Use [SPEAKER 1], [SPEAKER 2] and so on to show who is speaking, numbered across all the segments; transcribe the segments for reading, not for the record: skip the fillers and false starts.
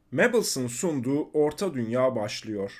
[SPEAKER 1] Mabels'ın sunduğu Orta Dünya başlıyor.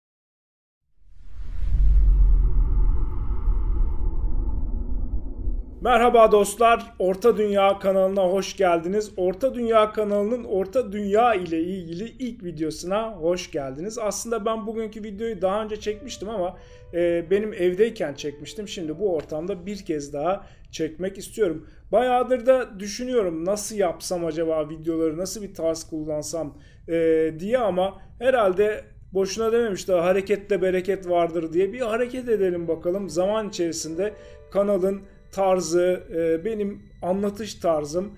[SPEAKER 1] Merhaba dostlar, Orta Dünya kanalına hoş geldiniz. Orta Dünya kanalının Orta Dünya ile ilgili ilk videosuna hoş geldiniz. Aslında ben bugünkü videoyu daha önce çekmiştim ama benim evdeyken çekmiştim. Şimdi bu ortamda bir kez daha çekmek istiyorum. Bayağıdır da düşünüyorum nasıl yapsam acaba videoları, nasıl bir tarz kullansam diye ama herhalde boşuna dememişler harekette bereket vardır diye bir hareket edelim bakalım. Zaman içerisinde kanalın tarzı, benim anlatış tarzım,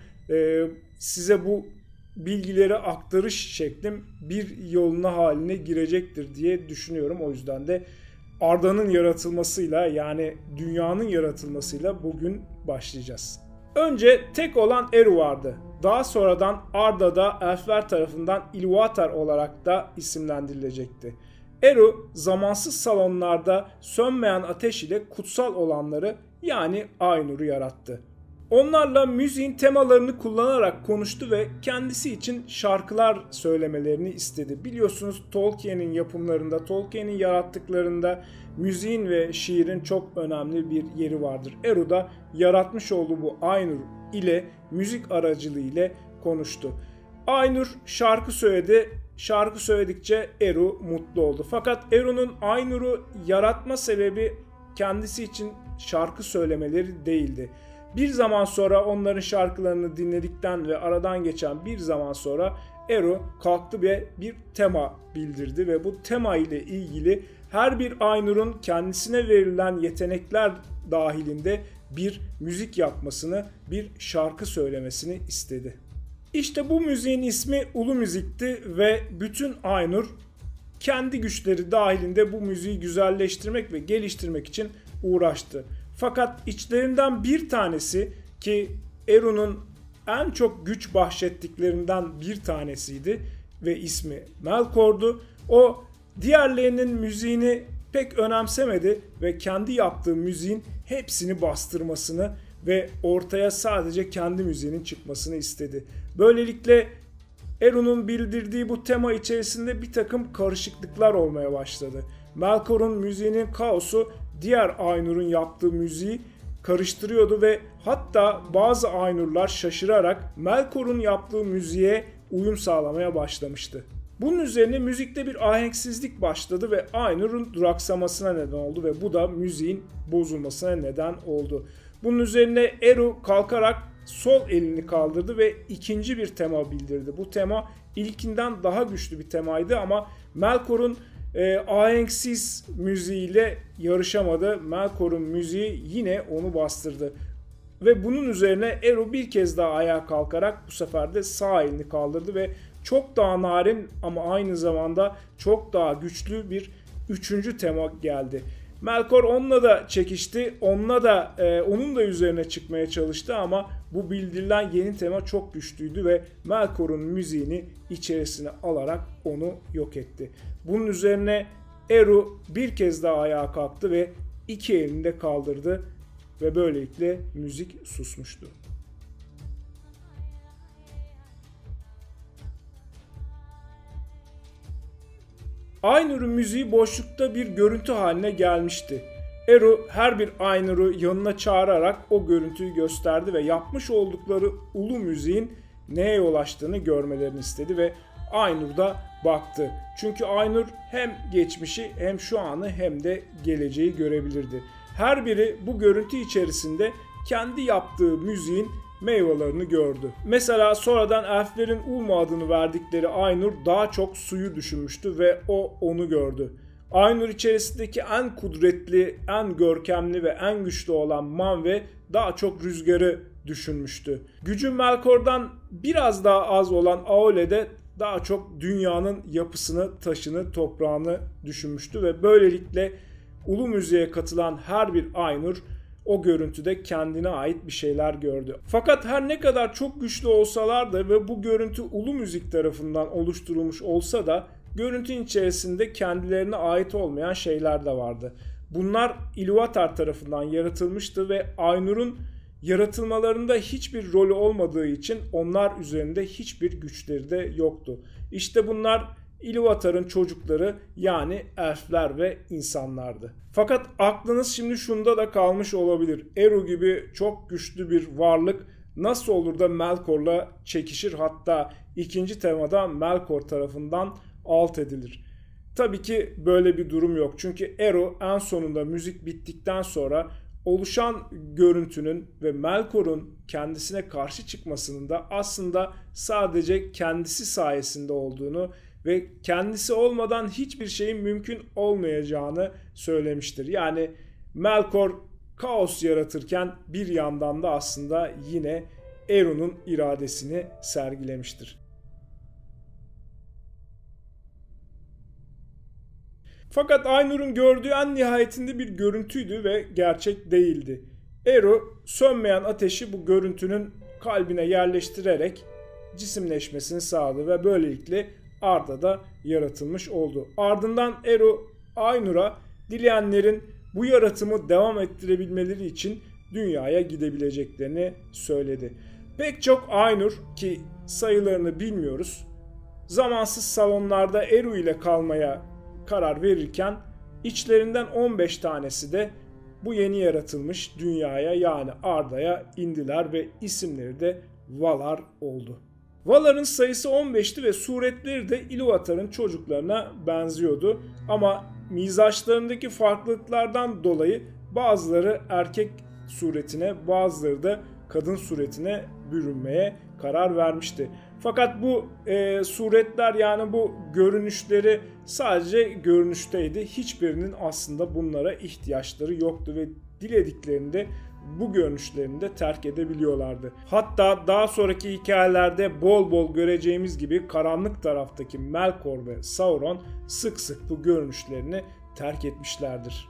[SPEAKER 1] size bu bilgileri aktarış şeklim bir yoluna haline girecektir diye düşünüyorum. O yüzden de Arda'nın yaratılmasıyla yani dünyanın yaratılmasıyla bugün başlayacağız. Önce tek olan Eru vardı. Daha sonradan Arda'da elfler tarafından Ilúvatar olarak da isimlendirilecekti. Eru zamansız salonlarda sönmeyen ateş ile kutsal olanları yani Ainur'u yarattı. Onlarla müziğin temalarını kullanarak konuştu ve kendisi için şarkılar söylemelerini istedi. Biliyorsunuz Tolkien'in yapımlarında, Tolkien'in yarattıklarında müziğin ve şiirin çok önemli bir yeri vardır. Eru da yaratmış olduğu bu Ainur ile müzik aracılığı ile konuştu. Ainur şarkı söyledi. Şarkı söyledikçe Eru mutlu oldu. Fakat Eru'nun Ainur'u yaratma sebebi kendisi için şarkı söylemeleri değildi. Bir zaman sonra onların şarkılarını dinledikten ve aradan geçen bir zaman sonra Eru kalktı ve bir tema bildirdi ve bu tema ile ilgili her bir Ainur'un kendisine verilen yetenekler dahilinde bir müzik yapmasını, bir şarkı söylemesini istedi. İşte bu müziğin ismi Ulu Müzik'ti ve bütün Ainur kendi güçleri dahilinde bu müziği güzelleştirmek ve geliştirmek için uğraştı. Fakat içlerinden bir tanesi ki Eru'nun en çok güç bahşettiklerinden bir tanesiydi ve ismi Melkor'du. O diğerlerinin müziğini pek önemsemedi ve kendi yaptığı müziğin hepsini bastırmasını ve ortaya sadece kendi müziğinin çıkmasını istedi. Böylelikle Eru'nun bildirdiği bu tema içerisinde bir takım karışıklıklar olmaya başladı. Melkor'un müziğinin kaosu diğer Ainur'un yaptığı müziği karıştırıyordu ve hatta bazı Ainur'lar şaşırarak Melkor'un yaptığı müziğe uyum sağlamaya başlamıştı. Bunun üzerine müzikte bir ahenksizlik başladı ve Ainur'un duraksamasına neden oldu ve bu da müziğin bozulmasına neden oldu. Bunun üzerine Eru kalkarak sol elini kaldırdı ve ikinci bir tema bildirdi. Bu tema ilkinden daha güçlü bir temaydı ama Melkor'un ahenksiz müziğiyle yarışamadı. Melkor'un müziği yine onu bastırdı. Ve bunun üzerine Eru bir kez daha ayağa kalkarak bu sefer de sağ elini kaldırdı ve çok daha narin ama aynı zamanda çok daha güçlü bir üçüncü tema geldi. Melkor onunla da çekişti, onun da üzerine çıkmaya çalıştı ama bu bildirilen yeni tema çok güçlüydü ve Melkor'un müziğini içerisine alarak onu yok etti. Bunun üzerine Eru bir kez daha ayağa kalktı ve iki elini de kaldırdı ve böylelikle müzik susmuştu. Ainur'un müziği boşlukta bir görüntü haline gelmişti. Eru her bir Ainur'u yanına çağırarak o görüntüyü gösterdi ve yapmış oldukları ulu müziğin neye yol açtığını görmelerini istedi ve Ainur da baktı. Çünkü Ainur hem geçmişi hem şu anı hem de geleceği görebilirdi. Her biri bu görüntü içerisinde kendi yaptığı müziğin meyvelerini gördü. Mesela sonradan elflerin Ulmo adını verdikleri Ainur daha çok suyu düşünmüştü ve o onu gördü. Ainur içerisindeki en kudretli, en görkemli ve en güçlü olan Manwe daha çok rüzgarı düşünmüştü. Gücü Melkor'dan biraz daha az olan Aule de daha çok dünyanın yapısını, taşını, toprağını düşünmüştü ve böylelikle ulu müziğe katılan her bir Ainur o görüntüde kendine ait bir şeyler gördü. Fakat her ne kadar çok güçlü olsalar da ve bu görüntü ulu müzik tarafından oluşturulmuş olsa da görüntünün içerisinde kendilerine ait olmayan şeyler de vardı. Bunlar Ilúvatar tarafından yaratılmıştı ve Ainur'un yaratılmalarında hiçbir rolü olmadığı için onlar üzerinde hiçbir güçleri de yoktu. İşte bunlar Ilúvatar'ın çocukları, yani elfler ve insanlardı. Fakat aklınız şimdi şunda da kalmış olabilir. Eru gibi çok güçlü bir varlık nasıl olur da Melkor'la çekişir, hatta ikinci temada Melkor tarafından alt edilir? Tabii ki böyle bir durum yok. Çünkü Eru en sonunda müzik bittikten sonra oluşan görüntünün ve Melkor'un kendisine karşı çıkmasının da aslında sadece kendisi sayesinde olduğunu ve kendisi olmadan hiçbir şeyin mümkün olmayacağını söylemiştir. Yani Melkor kaos yaratırken bir yandan da aslında yine Eru'nun iradesini sergilemiştir. Fakat Ainur'un gördüğü en nihayetinde bir görüntüydü ve gerçek değildi. Eru sönmeyen ateşi bu görüntünün kalbine yerleştirerek cisimleşmesini sağladı ve böylelikle Arda da yaratılmış oldu. Ardından Eru Ainur'a dileyenlerin bu yaratımı devam ettirebilmeleri için dünyaya gidebileceklerini söyledi. Pek çok Ainur, ki sayılarını bilmiyoruz, zamansız salonlarda Eru ile kalmaya karar verirken içlerinden 15 tanesi de bu yeni yaratılmış dünyaya, yani Arda'ya indiler ve isimleri de Valar oldu. Valar'ın sayısı 15'ti ve suretleri de Ilúvatar'ın çocuklarına benziyordu. Ama mizaçlarındaki farklılıklardan dolayı bazıları erkek suretine, bazıları da kadın suretine bürünmeye karar vermişti. Fakat bu suretler, yani bu görünüşleri sadece görünüşteydi. Hiçbirinin aslında bunlara ihtiyaçları yoktu ve dilediklerinde bu görünüşlerini de terk edebiliyorlardı. Hatta daha sonraki hikayelerde bol bol göreceğimiz gibi karanlık taraftaki Melkor ve Sauron sık sık bu görünüşlerini terk etmişlerdir.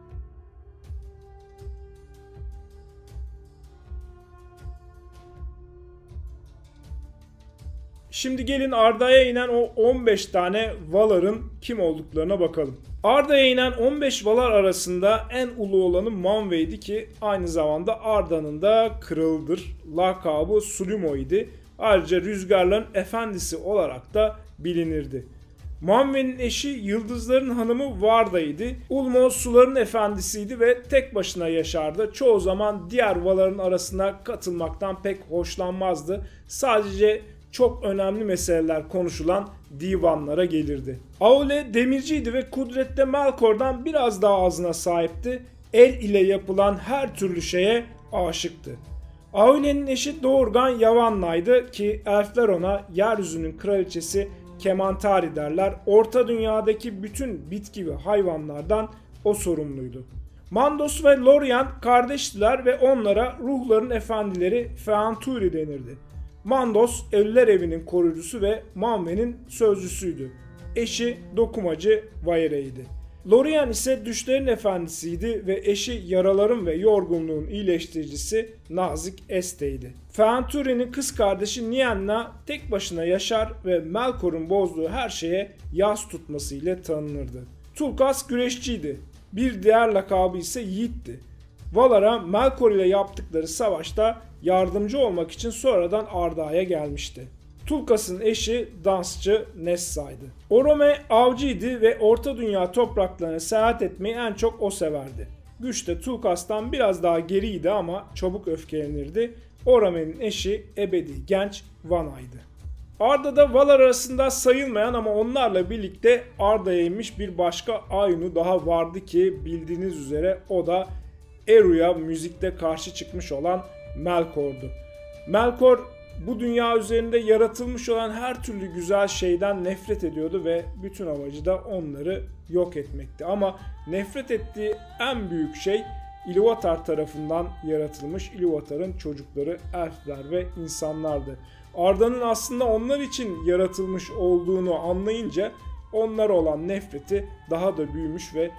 [SPEAKER 1] Şimdi gelin Arda'ya inen o 15 tane Valar'ın kim olduklarına bakalım. Arda'ya inen 15 Valar arasında en ulu olanı Manwë'ydi ki aynı zamanda Arda'nın da kralıdır. Lakabı Sulimo idi. Ayrıca rüzgarların efendisi olarak da bilinirdi. Manwë'nin eşi Yıldızların Hanımı Varda'ydı. Ulmo suların efendisiydi ve tek başına yaşardı. Çoğu zaman diğer Valar'ın arasına katılmaktan pek hoşlanmazdı. Sadece çok önemli meseleler konuşulan divanlara gelirdi. Aule demirciydi ve kudrette Melkor'dan biraz daha azına sahipti. El ile yapılan her türlü şeye aşıktı. Aule'nin eşi doğurgan Yavanna'ydı ki elfler ona yeryüzünün kraliçesi Kemantari derler. Orta dünyadaki bütün bitki ve hayvanlardan o sorumluydu. Mandos ve Lorien kardeştiler ve onlara ruhların efendileri Feanturi denirdi. Mandos Ölüler Evi'nin koruyucusu ve Manwë'nin sözcüsüydü. Eşi dokumacı Vaere'ydi. Lorien ise düşlerin efendisiydi ve eşi yaraların ve yorgunluğun iyileştiricisi Nazik Este'ydi. Feanturi'nin kız kardeşi Nienna tek başına yaşar ve Melkor'un bozduğu her şeye yas tutması ile tanınırdı. Tulkas güreşçiydi. Bir diğer lakabı ise Yiğit'ti. Valar'a Melkor ile yaptıkları savaşta yardımcı olmak için sonradan Arda'ya gelmişti. Tulkas'ın eşi dansçı Nessa'ydı. Orome avcıydı ve Orta Dünya topraklarına seyahat etmeyi en çok o severdi. Güçte Tulkas'tan biraz daha geriydi ama çabuk öfkelenirdi. Orome'nin eşi ebedi genç Vana'ydı. Arda'da Valar arasında sayılmayan ama onlarla birlikte Arda'ya inmiş bir başka Ainu daha vardı ki bildiğiniz üzere o da Eru'ya müzikte karşı çıkmış olan Melkor'du. Melkor bu dünya üzerinde yaratılmış olan her türlü güzel şeyden nefret ediyordu ve bütün amacı da onları yok etmekti. Ama nefret ettiği en büyük şey Ilúvatar tarafından yaratılmış Ilúvatar'ın çocukları elfler ve insanlardı. Arda'nın aslında onlar için yaratılmış olduğunu anlayınca onlara olan nefreti daha da büyümüş ve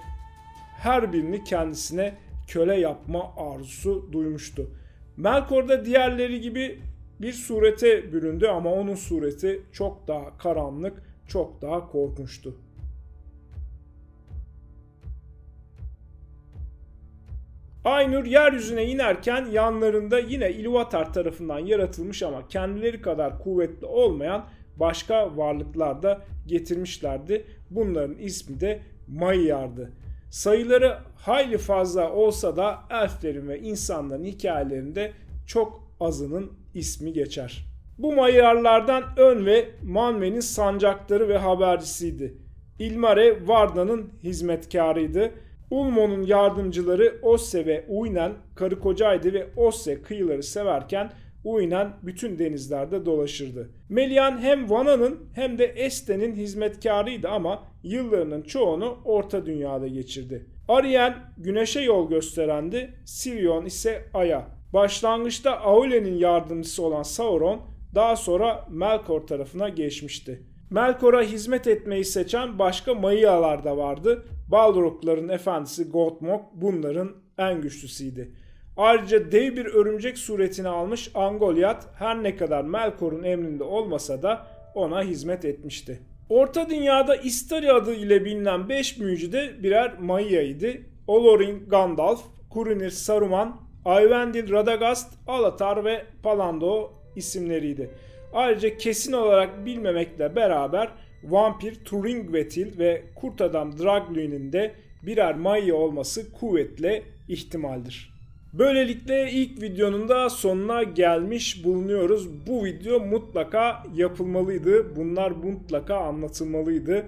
[SPEAKER 1] her birini kendisine köle yapma arzusu duymuştu. Melkor da diğerleri gibi bir surete büründü ama onun sureti çok daha karanlık, çok daha korkunçtu. Ainur yeryüzüne inerken yanlarında yine Ilúvatar tarafından yaratılmış ama kendileri kadar kuvvetli olmayan başka varlıklar da getirmişlerdi. Bunların ismi de Maiar'dı. Sayıları hayli fazla olsa da elflerin ve insanların hikayelerinde çok azının ismi geçer. Bu Maiarlardan Ön ve Manwe'nin sancaktarı ve habercisiydi. Ilmare Varda'nın hizmetkarıydı. Ulmo'nun yardımcıları Osse ve Uinen karı kocaydı ve Osse kıyıları severken Uinen bütün denizlerde dolaşırdı. Melian hem Vana'nın hem de Esten'in hizmetkarıydı ama yıllarının çoğunu Orta Dünya'da geçirdi. Arien güneşe yol gösterendi, Sirion ise aya. Başlangıçta Aule'nin yardımcısı olan Sauron daha sonra Melkor tarafına geçmişti. Melkor'a hizmet etmeyi seçen başka Maiarlar da vardı. Balrogların efendisi Gottmog bunların en güçlüsüydü. Ayrıca dev bir örümcek suretini almış Angoliath her ne kadar Melkor'un emrinde olmasa da ona hizmet etmişti. Orta Dünya'da Istari adı ile bilinen 5 büyücü de birer Maia'ydı. Olorin Gandalf, Curunir Saruman, Eyvindil Radagast, Alatar ve Palando isimleriydi. Ayrıca kesin olarak bilmemekle beraber vampir Turingvetil ve kurt adam Dragluin'in de birer Maia olması kuvvetle ihtimaldir. Böylelikle ilk videonun da sonuna gelmiş bulunuyoruz. Bu video mutlaka yapılmalıydı. Bunlar mutlaka anlatılmalıydı.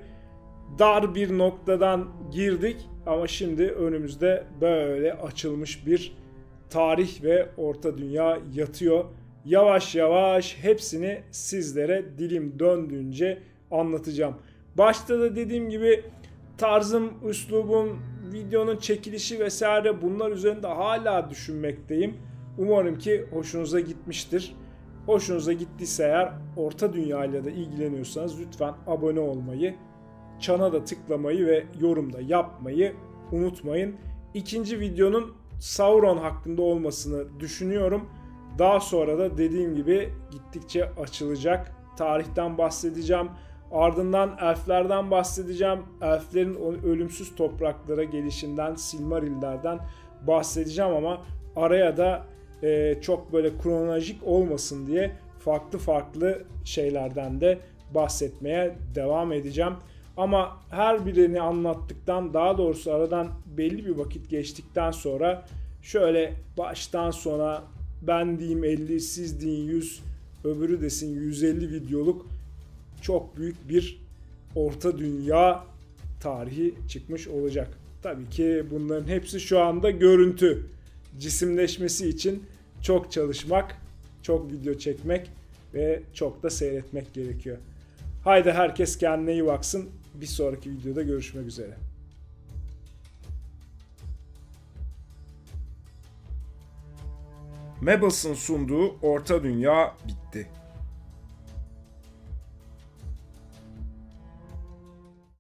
[SPEAKER 1] Dar bir noktadan girdik ama şimdi önümüzde böyle açılmış bir tarih ve Orta Dünya yatıyor. Yavaş yavaş hepsini sizlere dilim döndüğünce anlatacağım. Başta da dediğim gibi tarzım, üslubum, videonun çekilişi vesaire bunlar üzerinde hala düşünmekteyim. Umarım ki hoşunuza gitmiştir. Hoşunuza gittiyse eğer Orta Dünya ile de ilgileniyorsanız lütfen abone olmayı, çana da tıklamayı ve yorumda yapmayı unutmayın. İkinci videonun Sauron hakkında olmasını düşünüyorum. Daha sonra da dediğim gibi gittikçe açılacak. Tarihten bahsedeceğim. Ardından elflerden bahsedeceğim. Elflerin ölümsüz topraklara gelişinden, Silmarillerden bahsedeceğim ama araya da çok böyle kronolojik olmasın diye farklı şeylerden de bahsetmeye devam edeceğim. Ama her birini anlattıktan, daha doğrusu aradan belli bir vakit geçtikten sonra şöyle baştan sona ben diyeyim 50, siz deyin 100, öbürü desin 150 videoluk çok büyük bir Orta Dünya tarihi çıkmış olacak. Tabii ki bunların hepsi şu anda görüntü. Cisimleşmesi için çok çalışmak, çok video çekmek ve çok da seyretmek gerekiyor. Haydi herkes kendine iyi baksın. Bir sonraki videoda görüşmek üzere. Mabels'ın sunduğu Orta Dünya bitti.